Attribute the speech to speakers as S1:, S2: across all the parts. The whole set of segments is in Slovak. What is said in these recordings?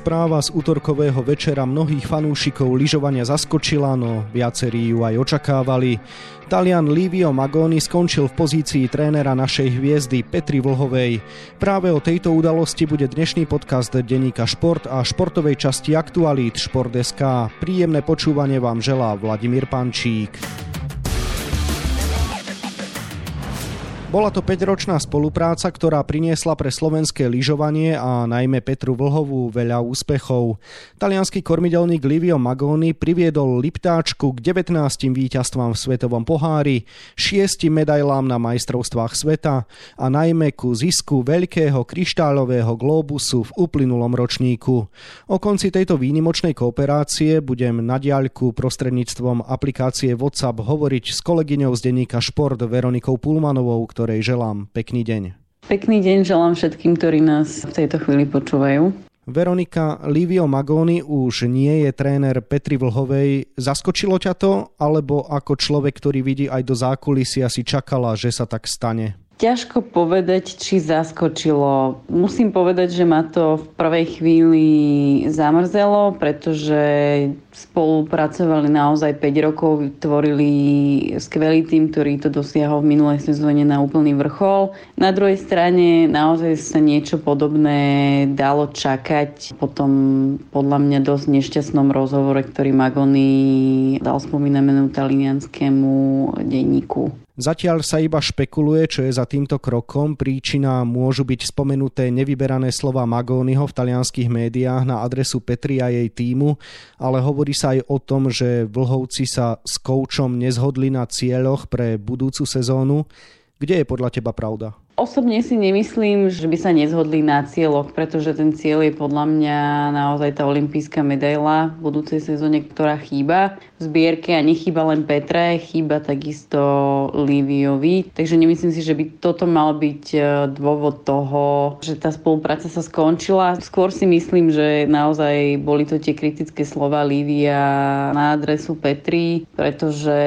S1: správa z utorkového večera mnohých fanúšikov lyžovania zaskočila, no viacerí ju aj očakávali. Talian Livio Magoni skončil v pozícii trénera našej hviezdy Petry Vlhovej. Práve o tejto udalosti bude dnešný podcast denníka Šport a športovej časti aktualít Šport.sk. Príjemné počúvanie vám želá Vladimír Pančík. Bola to 5-ročná spolupráca, ktorá priniesla pre slovenské lyžovanie a najmä Petru Vlhovú veľa úspechov. Taliansky kormidelník Livio Magoni priviedol Liptáčku k 19 víťazstvám v svetovom pohári, 6 medailám na majstrovstvách sveta a najmä ku zisku veľkého kryštáľového glóbusu v uplynulom ročníku. O konci tejto výnimočnej kooperácie budem na diaľku prostredníctvom aplikácie WhatsApp hovoriť s kolegyňou z denníka Šport Veronikou Pulmanovou, ktorej želám pekný deň.
S2: Pekný deň želám všetkým, ktorí nás v tejto chvíli počúvajú.
S1: Veronika, Livio Magoni už nie je tréner Petry Vlhovej. Zaskočilo ťa to? Alebo ako človek, ktorý vidí aj do zákulisia, si čakala, že sa tak stane?
S2: Ťažko povedať, či zaskočilo. Musím povedať, že ma to v prvej chvíli zamrzelo, pretože spolupracovali naozaj 5 rokov, tvorili skvelý tým, ktorý to dosiahol v minulej sezóne na úplný vrchol. Na druhej strane naozaj sa niečo podobné dalo čakať po tom podľa mňa dosť nešťastnom rozhovore, ktorý Magoni dal spomínanému talianskému denníku.
S1: Zatiaľ sa iba špekuluje, čo je za týmto krokom. Príčina môžu byť spomenuté nevyberané slova Magoniho v talianskych médiách na adresu Petry a jej tímu, ale hovorí sa aj o tom, že Vlhovci sa s koučom nezhodli na cieľoch pre budúcu sezónu. Kde je podľa teba pravda?
S2: Osobne si nemyslím, že by sa nezhodli na cieľoch, pretože ten cieľ je podľa mňa naozaj tá olympijská medaila v budúcej sezóne, ktorá chýba v zbierke a nechýba len Petre, chýba takisto Liviovi. Takže nemyslím si, že by toto mal byť dôvod toho, že tá spolupráca sa skončila. Skôr si myslím, že naozaj boli to tie kritické slova Livia na adresu Petry, pretože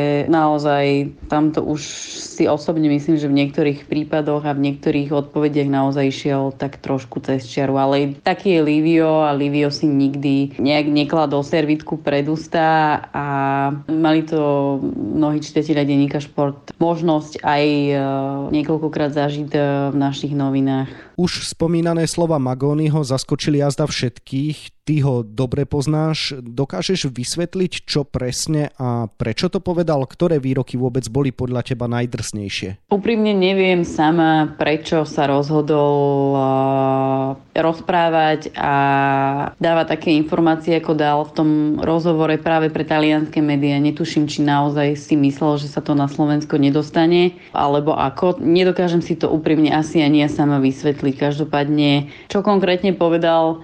S2: naozaj tamto už si osobne myslím, že v niektorých prípadoch a v niektorých odpovediach naozaj išiel tak trošku cez čiaru. Ale taký je Livio a Livio si nikdy nejak nekladol servitku pred ústa a mali to mnohí čitatelia denníka Šport možnosť aj niekoľkokrát zažiť v našich novinách.
S1: Už spomínané slova Magoniho zaskočili jazda všetkých. Ty ho dobre poznáš. Dokážeš vysvetliť, čo presne a prečo to povedal? Ktoré výroky vôbec boli podľa teba najdrsnejšie?
S2: Úprimne neviem sama, prečo sa rozhodol rozprávať a dávať také informácie, ako dal v tom rozhovore práve pre talianske médiá. Netuším, či naozaj si myslel, že sa to na Slovensko nedostane, alebo ako. Nedokážem si to úprimne asi ani ja sama vysvetliť. Každopádne, čo konkrétne povedal,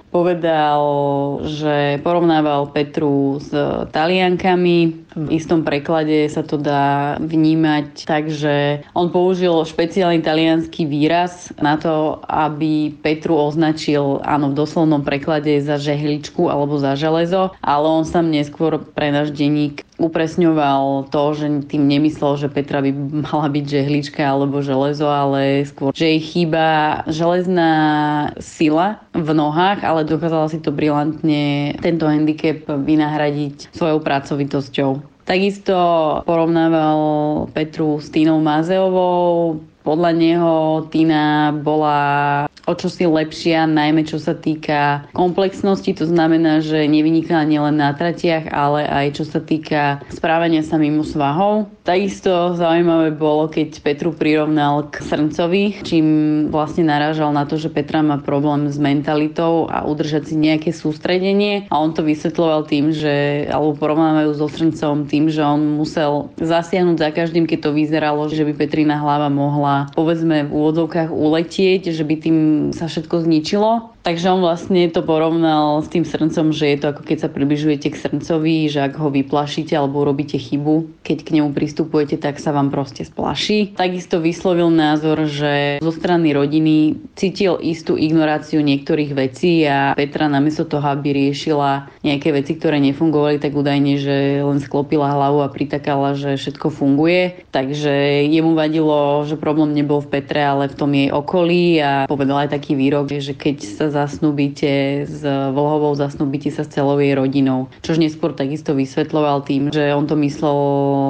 S2: že porovnával Petru s Taliankami. V istom preklade sa to dá vnímať tak, že on použil špeciálny taliansky výraz na to, aby Petru označil, áno, v doslovnom preklade za žehličku alebo za železo, ale on sám neskôr pre náš denník upresňoval to, že tým nemyslel, že Petra by mala byť žehlička alebo železo, ale skôr, že jej chýba železná sila v nohách, ale dokázala si to brilantne tento handicap vynahradiť svojou pracovitosťou. Takisto porovnával Petru s Tínou Mazeovou. Podľa neho Tina bola o čosi lepšia, najmä čo sa týka komplexnosti, to znamená, že nevynikla nielen na tratiach, ale aj čo sa týka správania sa mimo svahov. Takisto zaujímavé bolo, keď Petru prirovnal k Srncovi, čím vlastne narážal na to, že Petra má problém s mentalitou a udržať si nejaké sústredenie. A on to vysvetľoval tým, že, alebo porovnávajú so Srncom tým, že on musel zasiahnuť za každým, keď to vyzeralo, že by Petrina hlava mohla, povedzme, v úvodzovkách uletieť, že by tým sa všetko zničilo. Takže on vlastne to porovnal s tým Srncom, že je to ako keď sa približujete k Srncovi, že ak ho vyplašíte alebo urobíte chybu, keď k nemu pristupujete, tak sa vám proste splaší. Takisto vyslovil názor, že zo strany rodiny cítil istú ignoráciu niektorých vecí a Petra namiesto toho, aby riešila nejaké veci, ktoré nefungovali, tak údajne, že len sklopila hlavu a pritakala, že všetko funguje. Takže jemu vadilo, že problém nebol v Petre, ale v tom jej okolí a povedal aj taký výrok, že keď sa zasnúbite s Vlhovou, zasnúbite sa s celou jej rodinou. Čož neskôr takisto vysvetľoval tým, že on to myslel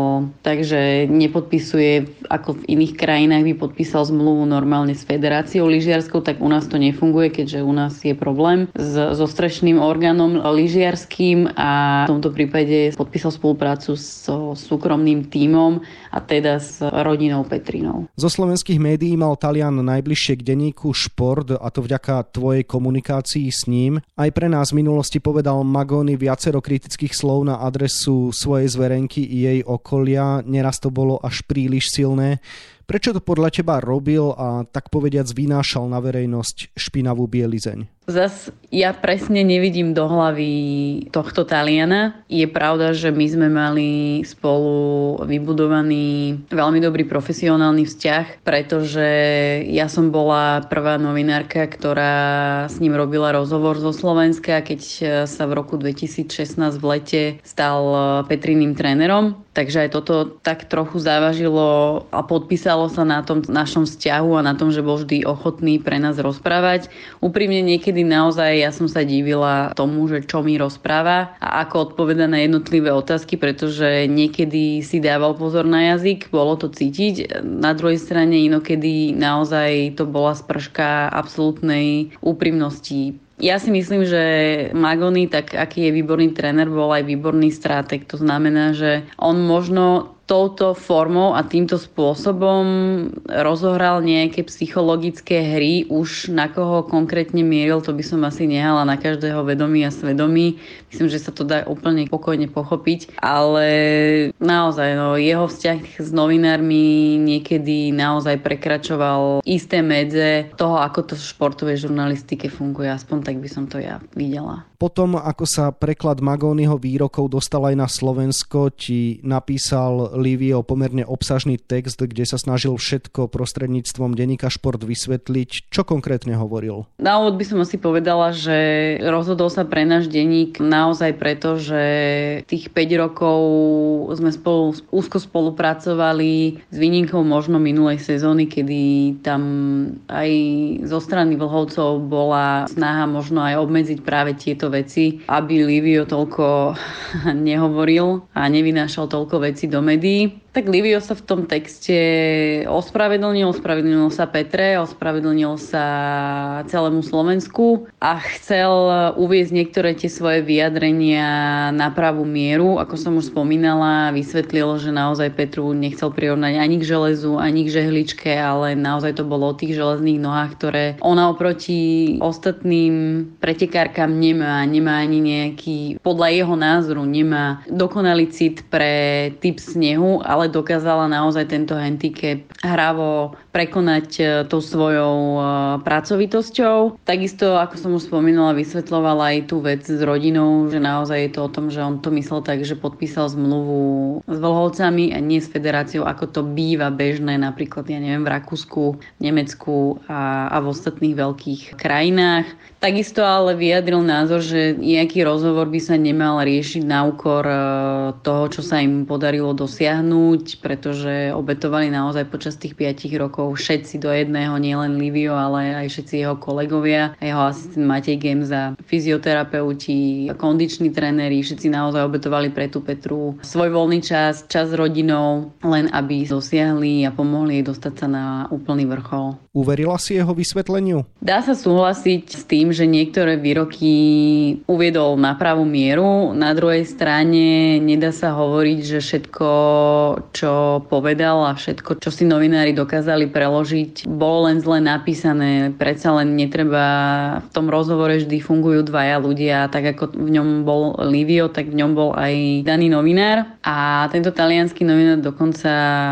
S2: tak, že nepodpisuje ako v iných krajinách by podpísal zmluvu normálne s Federáciou lyžiarskou, tak u nás to nefunguje, keďže u nás je problém so strešným orgánom lyžiarským a v tomto prípade podpísal spoluprácu so súkromným tímom a teda s rodinou Petrinou.
S1: Zo slovenských médií mal Talian najbližšie k denníku Šport a to vďaka tvojej komunikácii s ním. Aj pre nás v minulosti povedal Magoni viacero kritických slov na adresu svojej zverenky i jej okolia. Neraz to bolo až príliš silné. Prečo to podľa teba robil a tak povediac vynášal na verejnosť špinavú bielizeň?
S2: Zas ja presne nevidím do hlavy tohto Taliana. Je pravda, že my sme mali spolu vybudovaný veľmi dobrý profesionálny vzťah, pretože ja som bola prvá novinárka, ktorá s ním robila rozhovor zo Slovenska, keď sa v roku 2016 v lete stal Petriným trénerom. Takže aj toto tak trochu závažilo a podpísalo sa na tom našom vzťahu a na tom, že bol vždy ochotný pre nás rozprávať. Úprimne niekedy naozaj ja som sa divila tomu, že čo mi rozpráva a ako odpoveda na jednotlivé otázky, pretože niekedy si dával pozor na jazyk, bolo to cítiť. Na druhej strane inokedy naozaj to bola sprška absolútnej úprimnosti. Ja si myslím, že Magoni, tak aký je výborný tréner, bol aj výborný stratég. To znamená, že on možno touto formou a týmto spôsobom rozohral nejaké psychologické hry. Už na koho konkrétne mieril, to by som asi nehala na každého vedomí a svedomí. Myslím, že sa to dá úplne pokojne pochopiť. Ale naozaj, jeho vzťah s novinármi niekedy naozaj prekračoval isté medze toho, ako to v športovej žurnalistike funguje. Aspoň tak by som to ja videla.
S1: Potom, ako sa preklad Magoniho výrokov dostal aj na Slovensko, ti napísal Livio pomerne obsažný text, kde sa snažil všetko prostredníctvom denníka Šport vysvetliť. Čo konkrétne hovoril? Na
S2: úvod by som asi povedala, že rozhodol sa pre náš denník naozaj preto, že tých 5 rokov sme úzko spolupracovali s výnimkou možno minulej sezóny, kedy tam aj zo strany Vlhovcov bola snaha možno aj obmedziť práve tieto veci, aby Livio toľko nehovoril a nevynášal toľko vecí do médií. Tak Livio sa v tom texte ospravedlnil sa Petre, ospravedlnil sa celému Slovensku a chcel uviesť niektoré tie svoje vyjadrenia na pravú mieru. Ako som už spomínala, vysvetlil, že naozaj Petru nechcel prirovnať ani k železu, ani k žehličke, ale naozaj to bolo o tých železných nohách, ktoré ona oproti ostatným pretekárkam nemá ani nejaký, podľa jeho názoru, nemá dokonalý cit pre typ snehu, ale dokázala naozaj tento handicap hravo prekonať tou svojou pracovitosťou. Takisto, ako som už spomínala, vysvetľovala aj tú vec s rodinou, že naozaj je to o tom, že on to myslel tak, že podpísal zmluvu s Vlhovcami a nie s Federáciou, ako to býva bežné napríklad, v Rakúsku, Nemecku a v ostatných veľkých krajinách. Takisto ale vyjadril názor, že nejaký rozhovor by sa nemal riešiť na úkor toho, čo sa im podarilo dosiahnuť, pretože obetovali naozaj počas tých 5 rokov všetci do jedného, nielen Livio, ale aj všetci jeho kolegovia, jeho asistent Matej Gemza, fyzioterapeuti, kondiční tréneri, všetci naozaj obetovali pre tú Petru svoj voľný čas s rodinou, len aby dosiahli a pomohli jej dostať sa na úplný vrchol.
S1: Uverila si jeho vysvetleniu?
S2: Dá sa súhlasiť s tým, že niektoré výroky uviedol na pravú mieru. Na druhej strane nedá sa hovoriť, že všetko, čo povedal a všetko, čo si novinári dokázali preložiť, bolo len zle napísané. Predsa len netreba, v tom rozhovore vždy fungujú dvaja ľudia. Tak ako v ňom bol Livio, tak v ňom bol aj daný novinár. A tento taliansky novinár dokonca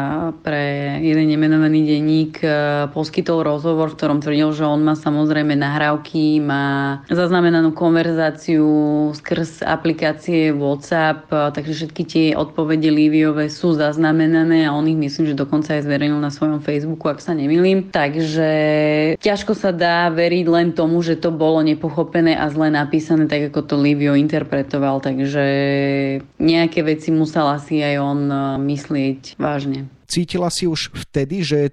S2: pre jeden nemenovaný denník poskytol rozhovor, v ktorom tvrdil, že on má samozrejme nahrávky, má zaznamenanú konverzáciu skrz aplikácie WhatsApp, takže všetky tie odpovede Liviove sú zaznamenané a on ich myslím, že dokonca aj zverejnil na svojom Facebooku, ak sa nemýlim. Takže ťažko sa dá veriť len tomu, že to bolo nepochopené a zle napísané, tak ako to Livio interpretoval, takže nejaké veci musel asi aj on myslieť vážne.
S1: Cítila si už vtedy, že je to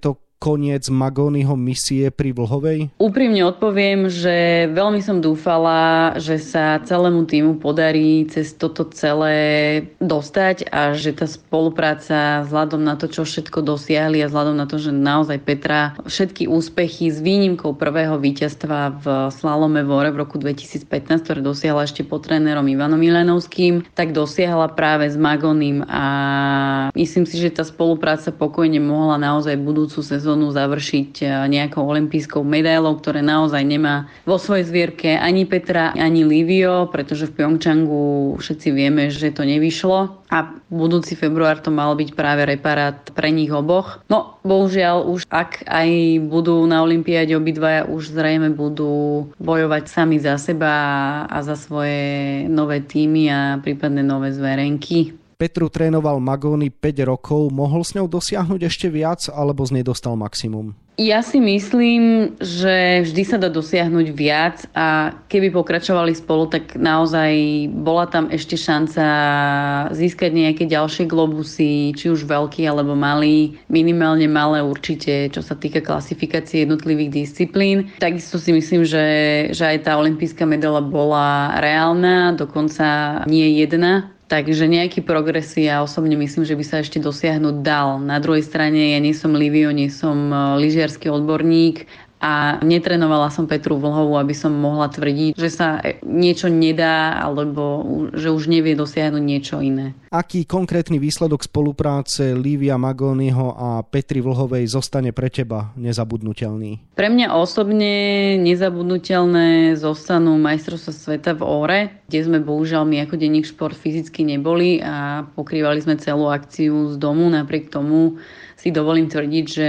S1: koniec Magónyho misie pri Vlhovej?
S2: Úprimne odpoviem, že veľmi som dúfala, že sa celému týmu podarí cez toto celé dostať a že tá spolupráca vzhľadom na to, čo všetko dosiahli a vzhľadom na to, že naozaj Petra všetky úspechy s výnimkou prvého víťazstva v slalome v Ore v roku 2015, ktoré dosiahla ešte pod trénerom Ivanom Milanovským, tak dosiahla práve s Magónym a myslím si, že tá spolupráca pokojne mohla naozaj budúcu sezónu završiť nejakou olympijskou medailou, ktoré naozaj nemá vo svojej zvierke ani Petra, ani Livio, pretože v Pyeongchangu všetci vieme, že to nevyšlo a budúci február to mal byť práve reparát pre nich oboch. No, bohužiaľ už ak aj budú na olympiáde obidvaja, už zrejme budú bojovať sami za seba a za svoje nové týmy a prípadne nové zverenky.
S1: Petru trénoval Magóny 5 rokov, mohol s ňou dosiahnuť ešte viac, alebo z nej dostal maximum?
S2: Ja si myslím, že vždy sa dá dosiahnuť viac a keby pokračovali spolu, tak naozaj bola tam ešte šanca získať nejaké ďalšie globusy, či už veľký alebo malý, minimálne malé určite, čo sa týka klasifikácie jednotlivých disciplín. Takisto si myslím, že aj tá olympijská medaila bola reálna, dokonca nie jedna. Takže nejaký progres ja osobne myslím, že by sa ešte dosiahnuť dal. Na druhej strane ja nie som Livio, nie som lyžiarsky odborník a netrenovala som Petru Vlhovú, aby som mohla tvrdiť, že sa niečo nedá alebo že už nevie dosiahnuť niečo iné.
S1: Aký konkrétny výsledok spolupráce Livia Magónyho a Petry Vlhovej zostane pre teba nezabudnutelný?
S2: Pre mňa osobne nezabudnutelné zostanú majstrovstvá sveta v Óre, kde sme bohužiaľ my ako denník Šport fyzicky neboli a pokrývali sme celú akciu z domu. Napriek tomu si dovolím tvrdiť, že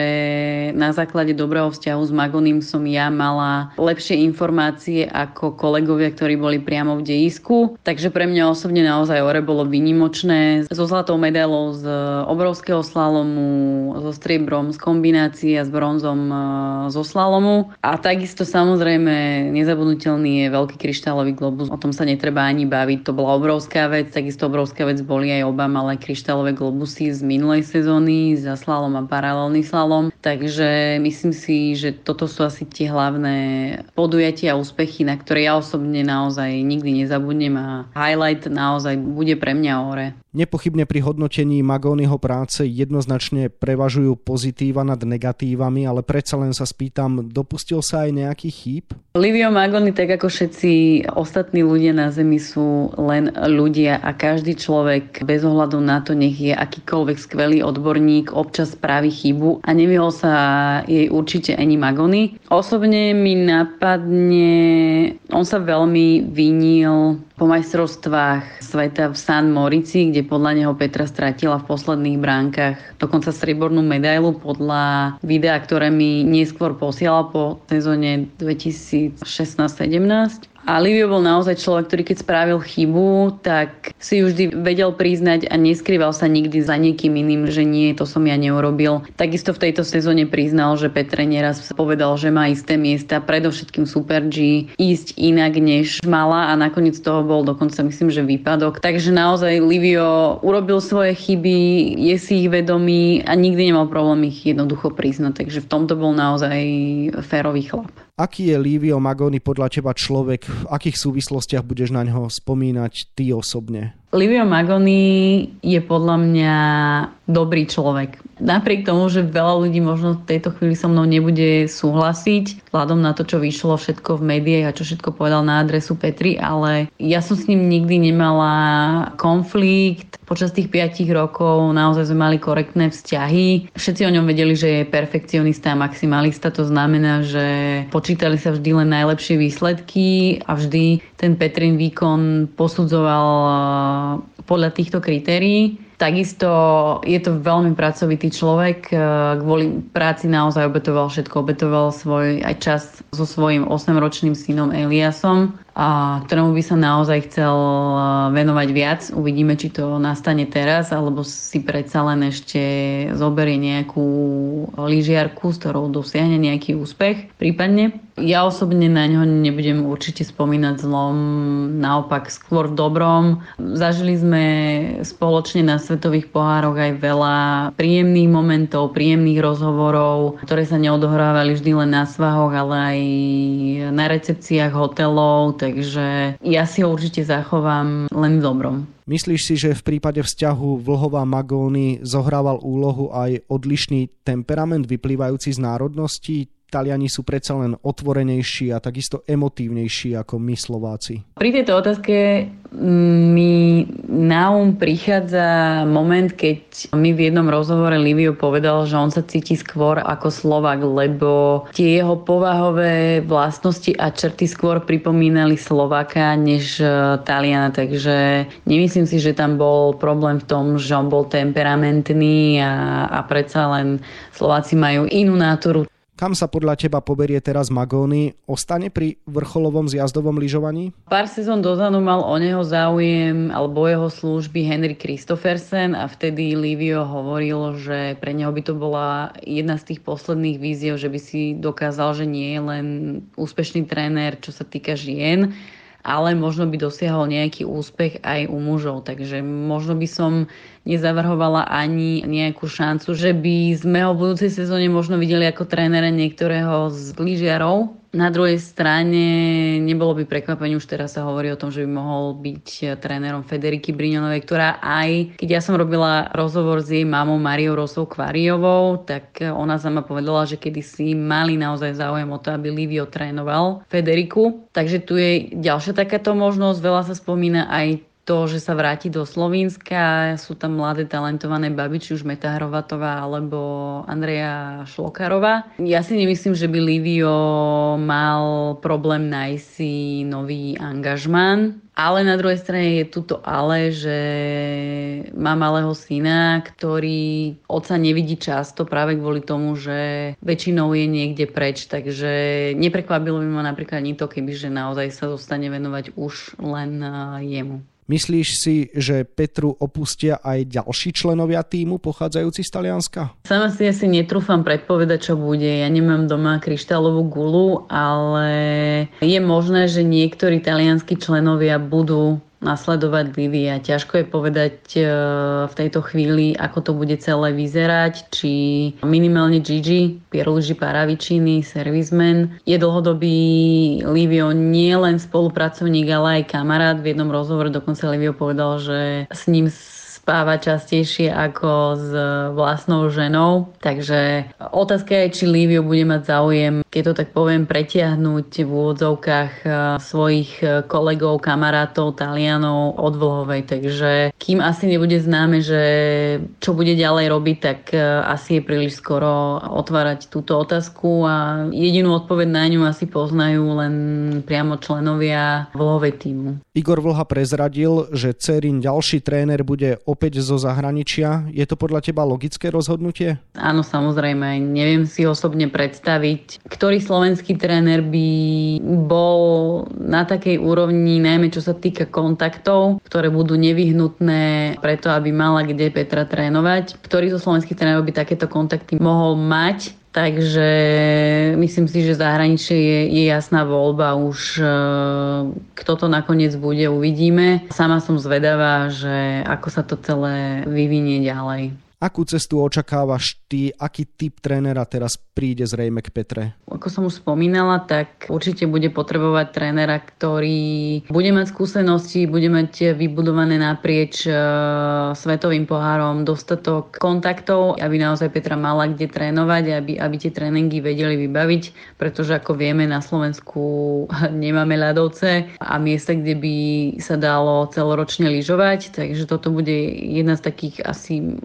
S2: na základe dobrého vzťahu s Magónym som ja mala lepšie informácie ako kolegovia, ktorí boli priamo v dejisku. Takže pre mňa osobne naozaj Ore bolo výnimočné. So zlatou medailou z obrovského slalomu, so striebrom z kombinácie a s bronzom zo slalomu. A takisto samozrejme nezabudnutelný je veľký kryštálový globus. O tom sa netreba ani baviť. To bola obrovská vec. Takisto obrovská vec boli aj oba malé kryštálové globusy z minulej sezóny za slalom a paralelný slalom. Takže myslím si, že toto sú asi tie hlavné podujatia a úspechy, na ktoré ja osobne naozaj nikdy nezabudnem a highlight naozaj bude pre mňa Ore.
S1: Nepochybne pri hodnotení Magónyho práce jednoznačne prevažujú pozitíva nad negatívami, ale predsa len sa spýtam, dopustil sa aj nejaký chýb?
S2: Livio Magóny, tak ako všetci ostatní ľudia na Zemi, sú len ľudia a každý človek bez ohľadu na to, nech je akýkoľvek skvelý odborník, občas spraví chybu a nevyhol sa jej určite ani Magóny. Osobne mi napadne, on sa veľmi vinil po majstrovstvách sveta v San Morici, kde podľa neho Petra stratila v posledných bránkach dokonca striebornú medailu podľa videa, ktoré mi neskôr posielal po sezóne 2016-17. A Livio bol naozaj človek, ktorý keď spravil chybu, tak si ju vždy vedel priznať a neskrýval sa nikdy za niekým iným, že nie, to som ja neurobil. Takisto v tejto sezóne priznal, že Petre neraz povedal, že má isté miesta, predovšetkým Super G, ísť inak než mala a nakoniec toho bol dokonca myslím, že výpadok. Takže naozaj Livio urobil svoje chyby, je si ich vedomý a nikdy nemal problém ich jednoducho priznať. Takže v tomto bol naozaj férový chlap.
S1: Aký je Livio Magóny podľa teba človek? V akých súvislostiach budeš na ňo spomínať ty osobne?
S2: Livio Magóny je podľa mňa dobrý človek. Napriek tomu, že veľa ľudí možno v tejto chvíli so mnou nebude súhlasiť, vzhľadom na to, čo vyšlo všetko v médiách a čo všetko povedal na adresu Petry, ale ja som s ním nikdy nemala konflikt. Počas tých 5 rokov naozaj sme mali korektné vzťahy. Všetci o ňom vedeli, že je perfekcionista a maximalista. To znamená, že počítali sa vždy len najlepšie výsledky a vždy ten Petrin výkon posudzoval podľa týchto kritérií. Takisto je to veľmi pracovitý človek. Kvôli práci naozaj obetoval všetko. Obetoval svoj aj čas so svojím 8-ročným synom Eliasom. a ktorému by sa naozaj chcel venovať viac. Uvidíme, či to nastane teraz, alebo si predsa len ešte zoberie nejakú lyžiarku, s ktorou dosiahne nejaký úspech prípadne. Ja osobne na ňo nebudem určite spomínať zlom, naopak skôr v dobrom. Zažili sme spoločne na svetových pohároch aj veľa príjemných momentov, príjemných rozhovorov, ktoré sa neodohrávali vždy len na svahoch, ale aj na recepciách hotelov, takže ja si ho určite zachovám len v dobrom.
S1: Myslíš si, že v prípade vzťahu Vlhová-Magóny zohrával úlohu aj odlišný temperament vyplývajúci z národnosti? Taliani sú predsa len otvorenejší a takisto emotívnejší ako my Slováci.
S2: Pri tejto otázke mi na prichádza moment, keď mi v jednom rozhovore Livio povedal, že on sa cíti skôr ako Slovák, lebo tie jeho povahové vlastnosti a črty skôr pripomínali Slováka než Taliana, takže nemyslím si, že tam bol problém v tom, že on bol temperamentný a predsa len Slováci majú inú náturu.
S1: Kam sa podľa teba poberie teraz Magóny? Ostane pri vrcholovom zjazdovom lyžovaní?
S2: Pár sezón dozadu mal o neho záujem alebo jeho služby Henrik Kristoffersen a vtedy Livio hovoril, že pre neho by to bola jedna z tých posledných víziev, že by si dokázal, že nie je len úspešný tréner, čo sa týka žien, ale možno by dosiahol nejaký úspech aj u mužov. Takže možno by som nezavrhovala ani nejakú šancu, že by sme ho v budúcej sezóne možno videli ako trénera niektorého z lyžiarov. Na druhej strane nebolo by prekvapenie, už teraz sa hovorí o tom, že by mohol byť trénerom Federiky Brignonovej, ktorá aj, keď ja som robila rozhovor s jej mamou Mariou Rosou Kvarijovou, tak ona sama povedala, že kedysi mali naozaj záujem o to, aby Livio trénoval Federiku. Takže tu je ďalšia takáto možnosť, veľa sa spomína aj to, že sa vráti do Slovenska, sú tam mladé talentované baby, či už Meta Hrovatová alebo Andrea Šlokarová. Ja si nemyslím, že by Livio mal problém nájsť si nový angažmán, ale na druhej strane je tuto ale, že má malého syna, ktorý otca nevidí často práve kvôli tomu, že väčšinou je niekde preč, takže neprekvapilo by ma napríklad ani to, kebyže naozaj sa dostane venovať už len jemu.
S1: Myslíš si, že Petru opustia aj ďalší členovia tímu pochádzajúci z Talianska?
S2: Sama si asi netrúfam predpovedať, čo bude. Ja nemám doma kryštálovú gulu, ale je možné, že niektorí talianskí členovia budú nasledovať Livia. Ťažko je povedať v tejto chvíli, ako to bude celé vyzerať, či minimálne Gigi, Pierluigi Paravicini, servisman. Je dlhodobý Livio nie len spolupracovník, ale aj kamarát. V jednom rozhovore dokonca Livio povedal, že s ním spáva častejšie ako s vlastnou ženou. Takže otázka je, či Livio bude mať záujem, keď to tak poviem, pretiahnuť v úvodzovkách svojich kolegov, kamarátov, Talianov od Vlhovej. Takže kým asi nebude známe, že čo bude ďalej robiť, tak asi je príliš skoro otvárať túto otázku a jedinú odpoveď na ňu asi poznajú len priamo členovia Vlhovej tímu.
S1: Igor Vlha prezradil, že dcerin ďalší tréner bude opäť zo zahraničia. Je to podľa teba logické rozhodnutie?
S2: Áno, samozrejme. Neviem si osobne predstaviť, ktorý slovenský tréner by bol na takej úrovni, najmä čo sa týka kontaktov, ktoré budú nevyhnutné preto, aby mala kde Petra trénovať. Ktorý zo slovenských trénerov by takéto kontakty mohol mať? Takže myslím si, že zahraničie je jasná voľba. Už kto to nakoniec bude, uvidíme. Sama som zvedavá, že ako sa to celé vyvinie ďalej.
S1: Akú cestu očakávaš ty? Aký typ trénera teraz príde zrejme k Petre?
S2: Ako som už spomínala, tak určite bude potrebovať trénera, ktorý bude mať skúsenosti, bude mať vybudované naprieč svetovým pohárom dostatok kontaktov, aby naozaj Petra mala kde trénovať, aby tie tréningy vedeli vybaviť, pretože ako vieme, na Slovensku nemáme ľadovce a miesta, kde by sa dalo celoročne lyžovať, takže toto bude jedna z takých asi možno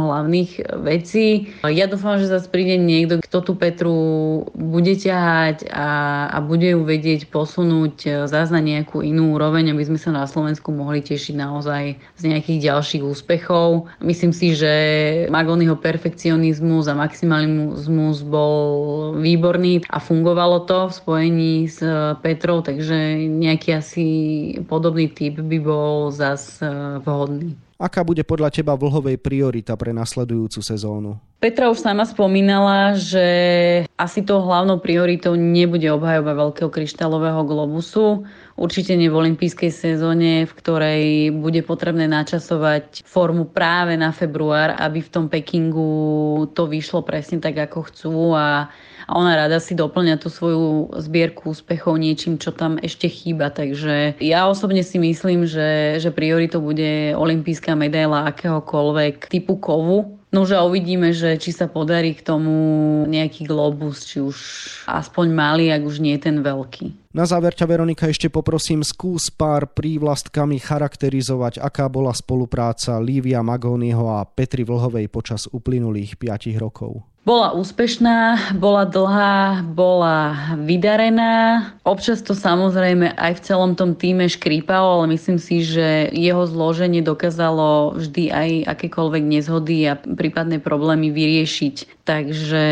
S2: hlavných vecí. Ja dúfam, že zase príde niekto, kto tú Petru bude ťahať a bude ju vedieť posunúť zás na nejakú inú úroveň, aby sme sa na Slovensku mohli tešiť naozaj z nejakých ďalších úspechov. Myslím si, že Magoniho perfekcionizmus a maximalizmus bol výborný a fungovalo to v spojení s Petrou, takže nejaký asi podobný typ by bol zas vhodný.
S1: Aká bude podľa teba Vlhovej priorita pre nasledujúcu sezónu?
S2: Petra už sama spomínala, že asi tou hlavnou prioritou nebude obhajoba veľkého kryštálového globusu. Určite nie v olympijskej sezóne, v ktorej bude potrebné načasovať formu práve na február, aby v tom Pekingu to vyšlo presne tak, ako chcú a ona rada si doplňa tú svoju zbierku úspechov niečím, čo tam ešte chýba. Takže ja osobne si myslím, že prioritou bude olympijská medaila akéhokoľvek typu kovu. Nože uvidíme, že či sa podarí k tomu nejaký globus, či už aspoň malý, ak už nie ten veľký.
S1: Na záver ťa, Veronika, ešte poprosím, skús pár prívlastkami charakterizovať, aká bola spolupráca Livia Magoniho a Petry Vlhovej počas uplynulých 5 rokov.
S2: Bola úspešná, bola dlhá, bola vydarená. Občas to samozrejme aj v celom tom týme škrípalo, ale myslím si, že jeho zloženie dokázalo vždy aj akékoľvek nezhody a prípadné problémy vyriešiť. Takže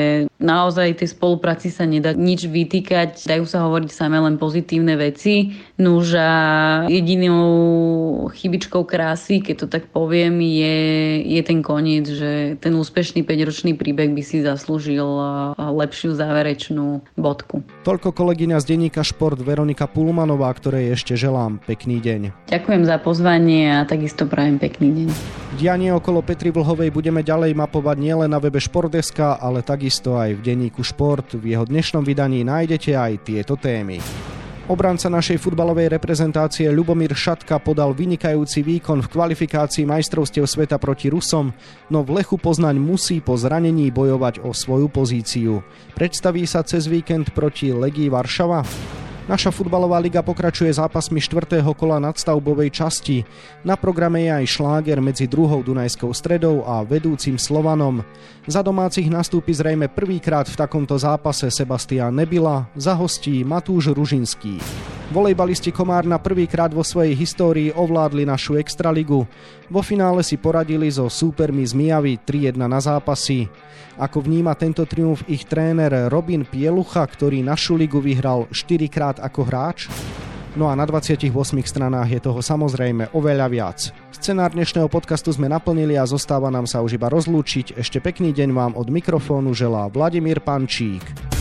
S2: naozaj tej spolupráci sa nedá nič vytýkať, dajú sa hovoriť samé len pozitívne veci. Nuž a jedinou chybičkou krásy, keď to tak poviem, je ten koniec, že ten úspešný 5-ročný príbeh by si zaslúžil lepšiu záverečnú bodku.
S1: Toľko kolegyňa z denníka Šport Veronika Pulmanová, ktorej ešte želám pekný deň.
S2: Ďakujem za pozvanie a takisto prajem pekný deň.
S1: Dianie okolo Petry Vlhovej budeme ďalej mapovať nielen na webe Šport.sk, ale takisto aj v denníku Šport. V jeho dnešnom vydaní nájdete aj tieto témy. Obranca našej futbalovej reprezentácie Ľubomír Šatka podal vynikajúci výkon v kvalifikácii majstrovstiev sveta proti Rusom, no v Lechu Poznaň musí po zranení bojovať o svoju pozíciu. Predstaví sa cez víkend proti Legii Varšava? Naša futbalová liga pokračuje zápasmi 4. kola nadstavbovej časti. Na programe je aj šláger medzi 2. Dunajskou Stredou a vedúcim Slovanom. Za domácich nastúpi zrejme prvýkrát v takomto zápase Sebastián Nebila, za hostí Matúš Ružinský. Volejbalisti Komárna prvýkrát vo svojej histórii ovládli našu extraligu. Vo finále si poradili so súpermi z Mijavy 3-1 na zápasy. Ako vníma tento triumf ich tréner Robin Pielucha, ktorý našu ligu vyhral 4-krát ako hráč? No a na 28 stranách je toho samozrejme oveľa viac. Scenár dnešného podcastu sme naplnili a zostáva nám sa už iba rozlúčiť. Ešte pekný deň vám od mikrofónu želá Vladimír Pančík.